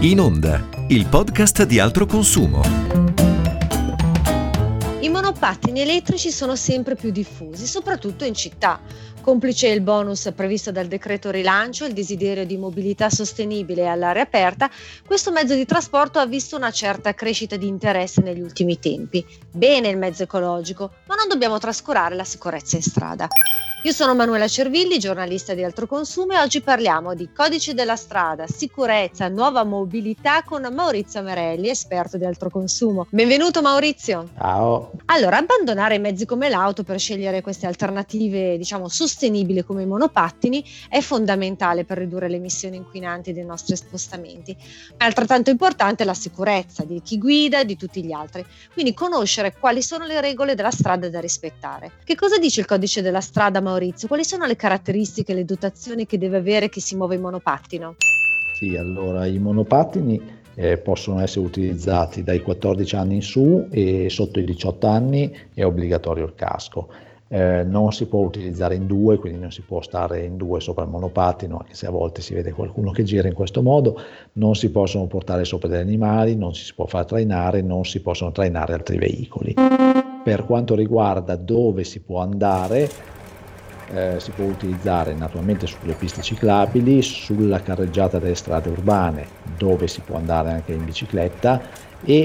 In Onda, il podcast di Altro Consumo. I monopattini elettrici sono sempre più diffusi, soprattutto in città. Complice il bonus previsto dal decreto rilancio e il desiderio di mobilità sostenibile all'aria aperta, questo mezzo di trasporto ha visto una certa crescita di interesse negli ultimi tempi. Bene il mezzo ecologico, ma non dobbiamo trascurare la sicurezza in strada. Io sono Manuela Cervilli, giornalista di Altro Consumo, e oggi parliamo di codice della strada, sicurezza, nuova mobilità con Maurizio Merelli, esperto di Altro Consumo. Benvenuto Maurizio! Ciao! Allora, abbandonare mezzi come l'auto per scegliere queste alternative, sostenibili come i monopattini è fondamentale per ridurre le emissioni inquinanti dei nostri spostamenti. Ma è altrettanto importante la sicurezza di chi guida e di tutti gli altri. Quindi conoscere quali sono le regole della strada da rispettare. Che cosa dice il codice della strada, Maurizio? Quali sono le caratteristiche, le dotazioni che deve avere chi si muove in monopattino? Sì, allora i monopattini possono essere utilizzati dai 14 anni in su e sotto i 18 anni è obbligatorio il casco. Non si può utilizzare in due, quindi non si può stare in due sopra il monopattino, anche se a volte si vede qualcuno che gira in questo modo. Non si possono portare sopra degli animali, non si può far trainare, non si possono trainare altri veicoli. Per quanto riguarda dove si può andare, si può utilizzare naturalmente sulle piste ciclabili, sulla carreggiata delle strade urbane, dove si può andare anche in bicicletta,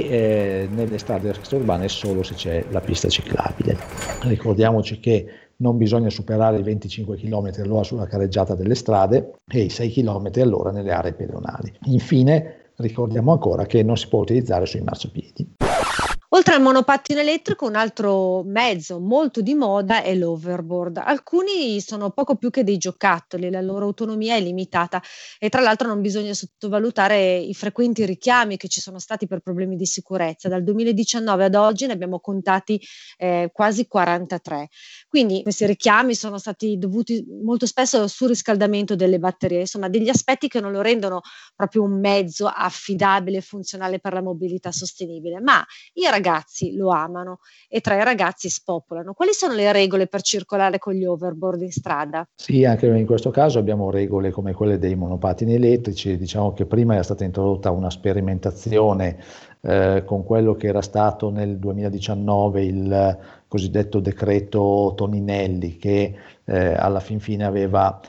e nelle strade extraurbane solo se c'è la pista ciclabile. Ricordiamoci che non bisogna superare i 25 km all'ora sulla carreggiata delle strade e i 6 km all'ora nelle aree pedonali. Infine ricordiamo ancora che non si può utilizzare sui marciapiedi. Oltre al monopattino elettrico, un altro mezzo molto di moda è l'hoverboard. Alcuni sono poco più che dei giocattoli, la loro autonomia è limitata e tra l'altro non bisogna sottovalutare i frequenti richiami che ci sono stati per problemi di sicurezza. Dal 2019 ad oggi ne abbiamo contati quasi 43. Quindi questi richiami sono stati dovuti molto spesso al surriscaldamento delle batterie, insomma degli aspetti che non lo rendono proprio un mezzo affidabile e funzionale per la mobilità sostenibile, ma i ragazzi lo amano e tra i ragazzi spopolano. Quali sono le regole per circolare con gli overboard in strada? Sì, anche in questo caso abbiamo regole come quelle dei monopattini elettrici. Diciamo che prima era stata introdotta una sperimentazione con quello che era stato nel 2019 il cosiddetto decreto Toninelli, che alla fin fine aveva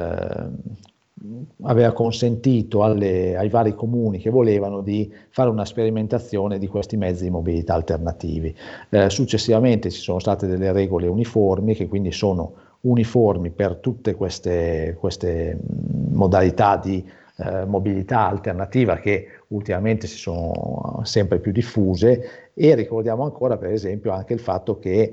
consentito ai vari comuni che volevano di fare una sperimentazione di questi mezzi di mobilità alternativi. Successivamente ci sono state delle regole uniformi, che quindi sono uniformi per tutte queste modalità di mobilità alternativa che ultimamente si sono sempre più diffuse. E ricordiamo ancora per esempio anche il fatto che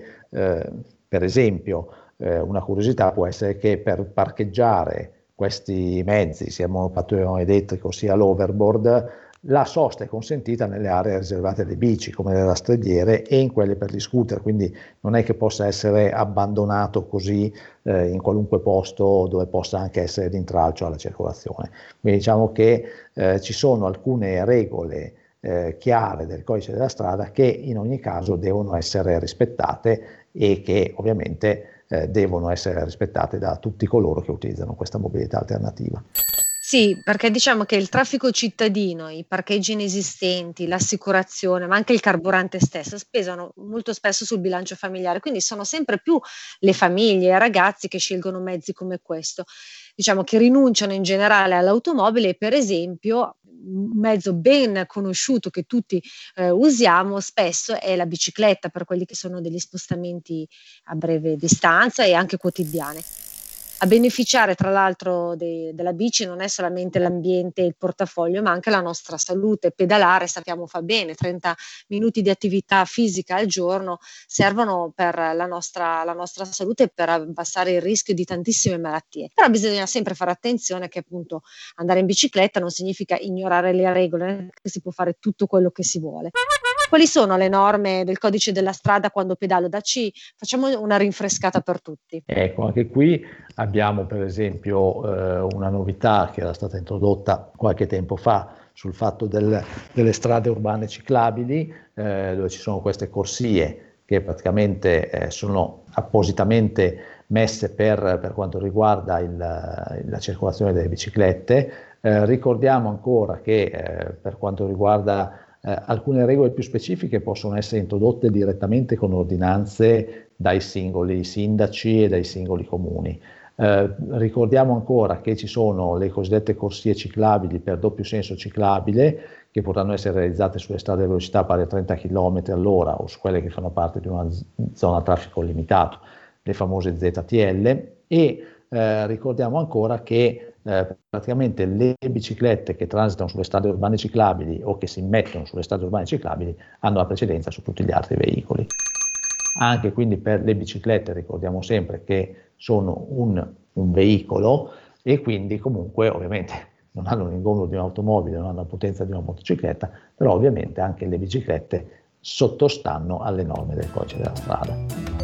una curiosità può essere che per parcheggiare questi mezzi, sia il monopattino elettrico sia l'overboard, la sosta è consentita nelle aree riservate alle bici, come le rastrelliere, e in quelle per gli scooter, quindi non è che possa essere abbandonato così in qualunque posto dove possa anche essere d'intralcio alla circolazione. Quindi diciamo che ci sono alcune regole chiare del codice della strada che in ogni caso devono essere rispettate e che ovviamente devono essere rispettate da tutti coloro che utilizzano questa mobilità alternativa. Sì, perché diciamo che il traffico cittadino, i parcheggi inesistenti, l'assicurazione, ma anche il carburante stesso pesano molto spesso sul bilancio familiare, quindi sono sempre più le famiglie e i ragazzi che scelgono mezzi come questo, diciamo che rinunciano in generale all'automobile e per esempio un mezzo ben conosciuto che tutti usiamo spesso è la bicicletta per quelli che sono degli spostamenti a breve distanza e anche quotidiane. A beneficiare tra l'altro della bici non è solamente l'ambiente e il portafoglio, ma anche la nostra salute. Pedalare, sappiamo, fa bene, 30 minuti di attività fisica al giorno servono per la nostra salute e per abbassare il rischio di tantissime malattie. Però bisogna sempre fare attenzione che appunto andare in bicicletta non significa ignorare le regole, che si può fare tutto quello che si vuole. Quali sono le norme del codice della strada quando pedalo? Facciamo una rinfrescata per tutti. Ecco, anche qui abbiamo per esempio una novità che era stata introdotta qualche tempo fa sul fatto delle strade urbane ciclabili, dove ci sono queste corsie che praticamente sono appositamente messe per quanto riguarda la circolazione delle biciclette, Ricordiamo ancora che per quanto riguarda alcune regole più specifiche possono essere introdotte direttamente con ordinanze dai singoli sindaci e dai singoli comuni. Ricordiamo ancora che ci sono le cosiddette corsie ciclabili per doppio senso ciclabile che potranno essere realizzate sulle strade a velocità pari a 30 km all'ora o su quelle che fanno parte di una zona a traffico limitato, le famose ZTL, e ricordiamo ancora che praticamente le biciclette che transitano sulle strade urbane ciclabili o che si immettono sulle strade urbane ciclabili hanno la precedenza su tutti gli altri veicoli. Anche quindi per le biciclette ricordiamo sempre che sono un veicolo e quindi comunque ovviamente non hanno l'ingombro di un'automobile, non hanno la potenza di una motocicletta, però ovviamente anche le biciclette sottostanno alle norme del codice della strada.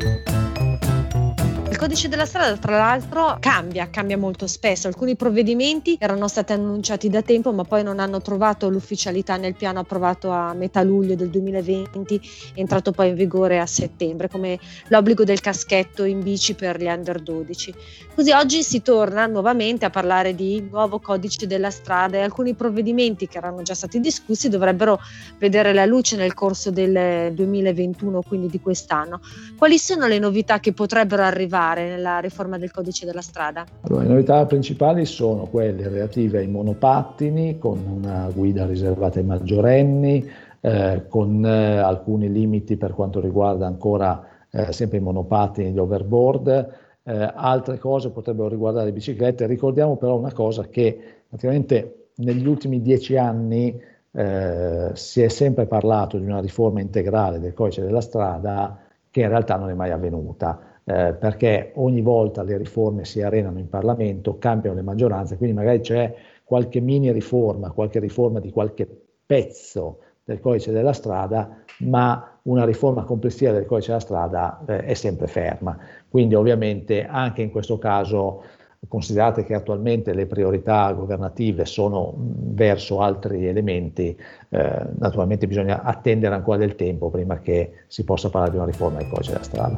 Il codice della strada, tra l'altro, cambia molto spesso. Alcuni provvedimenti erano stati annunciati da tempo, ma poi non hanno trovato l'ufficialità nel piano approvato a metà luglio del 2020, entrato poi in vigore a settembre, come l'obbligo del caschetto in bici per gli under 12. Così oggi si torna nuovamente a parlare di nuovo codice della strada e alcuni provvedimenti che erano già stati discussi dovrebbero vedere la luce nel corso del 2021, quindi di quest'anno. Quali sono le novità che potrebbero arrivare nella riforma del codice della strada? Allora, le novità principali sono quelle relative ai monopattini, con una guida riservata ai maggiorenni, con alcuni limiti per quanto riguarda ancora sempre i monopattini e gli overboard. Altre cose potrebbero riguardare le biciclette. Ricordiamo però una cosa, che praticamente negli ultimi 10 anni si è sempre parlato di una riforma integrale del codice della strada che in realtà non è mai avvenuta. Perché ogni volta le riforme si arenano in Parlamento, cambiano le maggioranze, quindi magari c'è qualche mini riforma, qualche riforma di qualche pezzo del codice della strada, ma una riforma complessiva del codice della strada è sempre ferma. Quindi ovviamente anche in questo caso, considerate che attualmente le priorità governative sono verso altri elementi, naturalmente bisogna attendere ancora del tempo prima che si possa parlare di una riforma del codice della strada.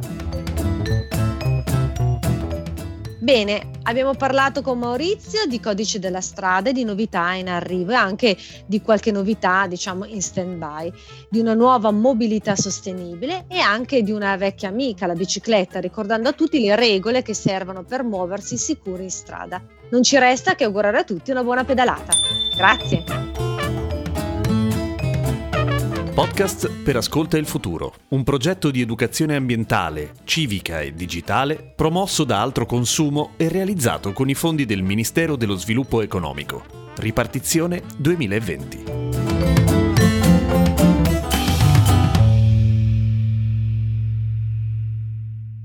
Bene, abbiamo parlato con Maurizio di codice della strada e di novità in arrivo e anche di qualche novità, diciamo, in stand-by, di una nuova mobilità sostenibile e anche di una vecchia amica, la bicicletta, ricordando a tutti le regole che servono per muoversi sicuri in strada. Non ci resta che augurare a tutti una buona pedalata. Grazie! Podcast per Ascolta il Futuro, un progetto di educazione ambientale, civica e digitale promosso da Altro Consumo e realizzato con i fondi del Ministero dello Sviluppo Economico. Ripartizione 2020.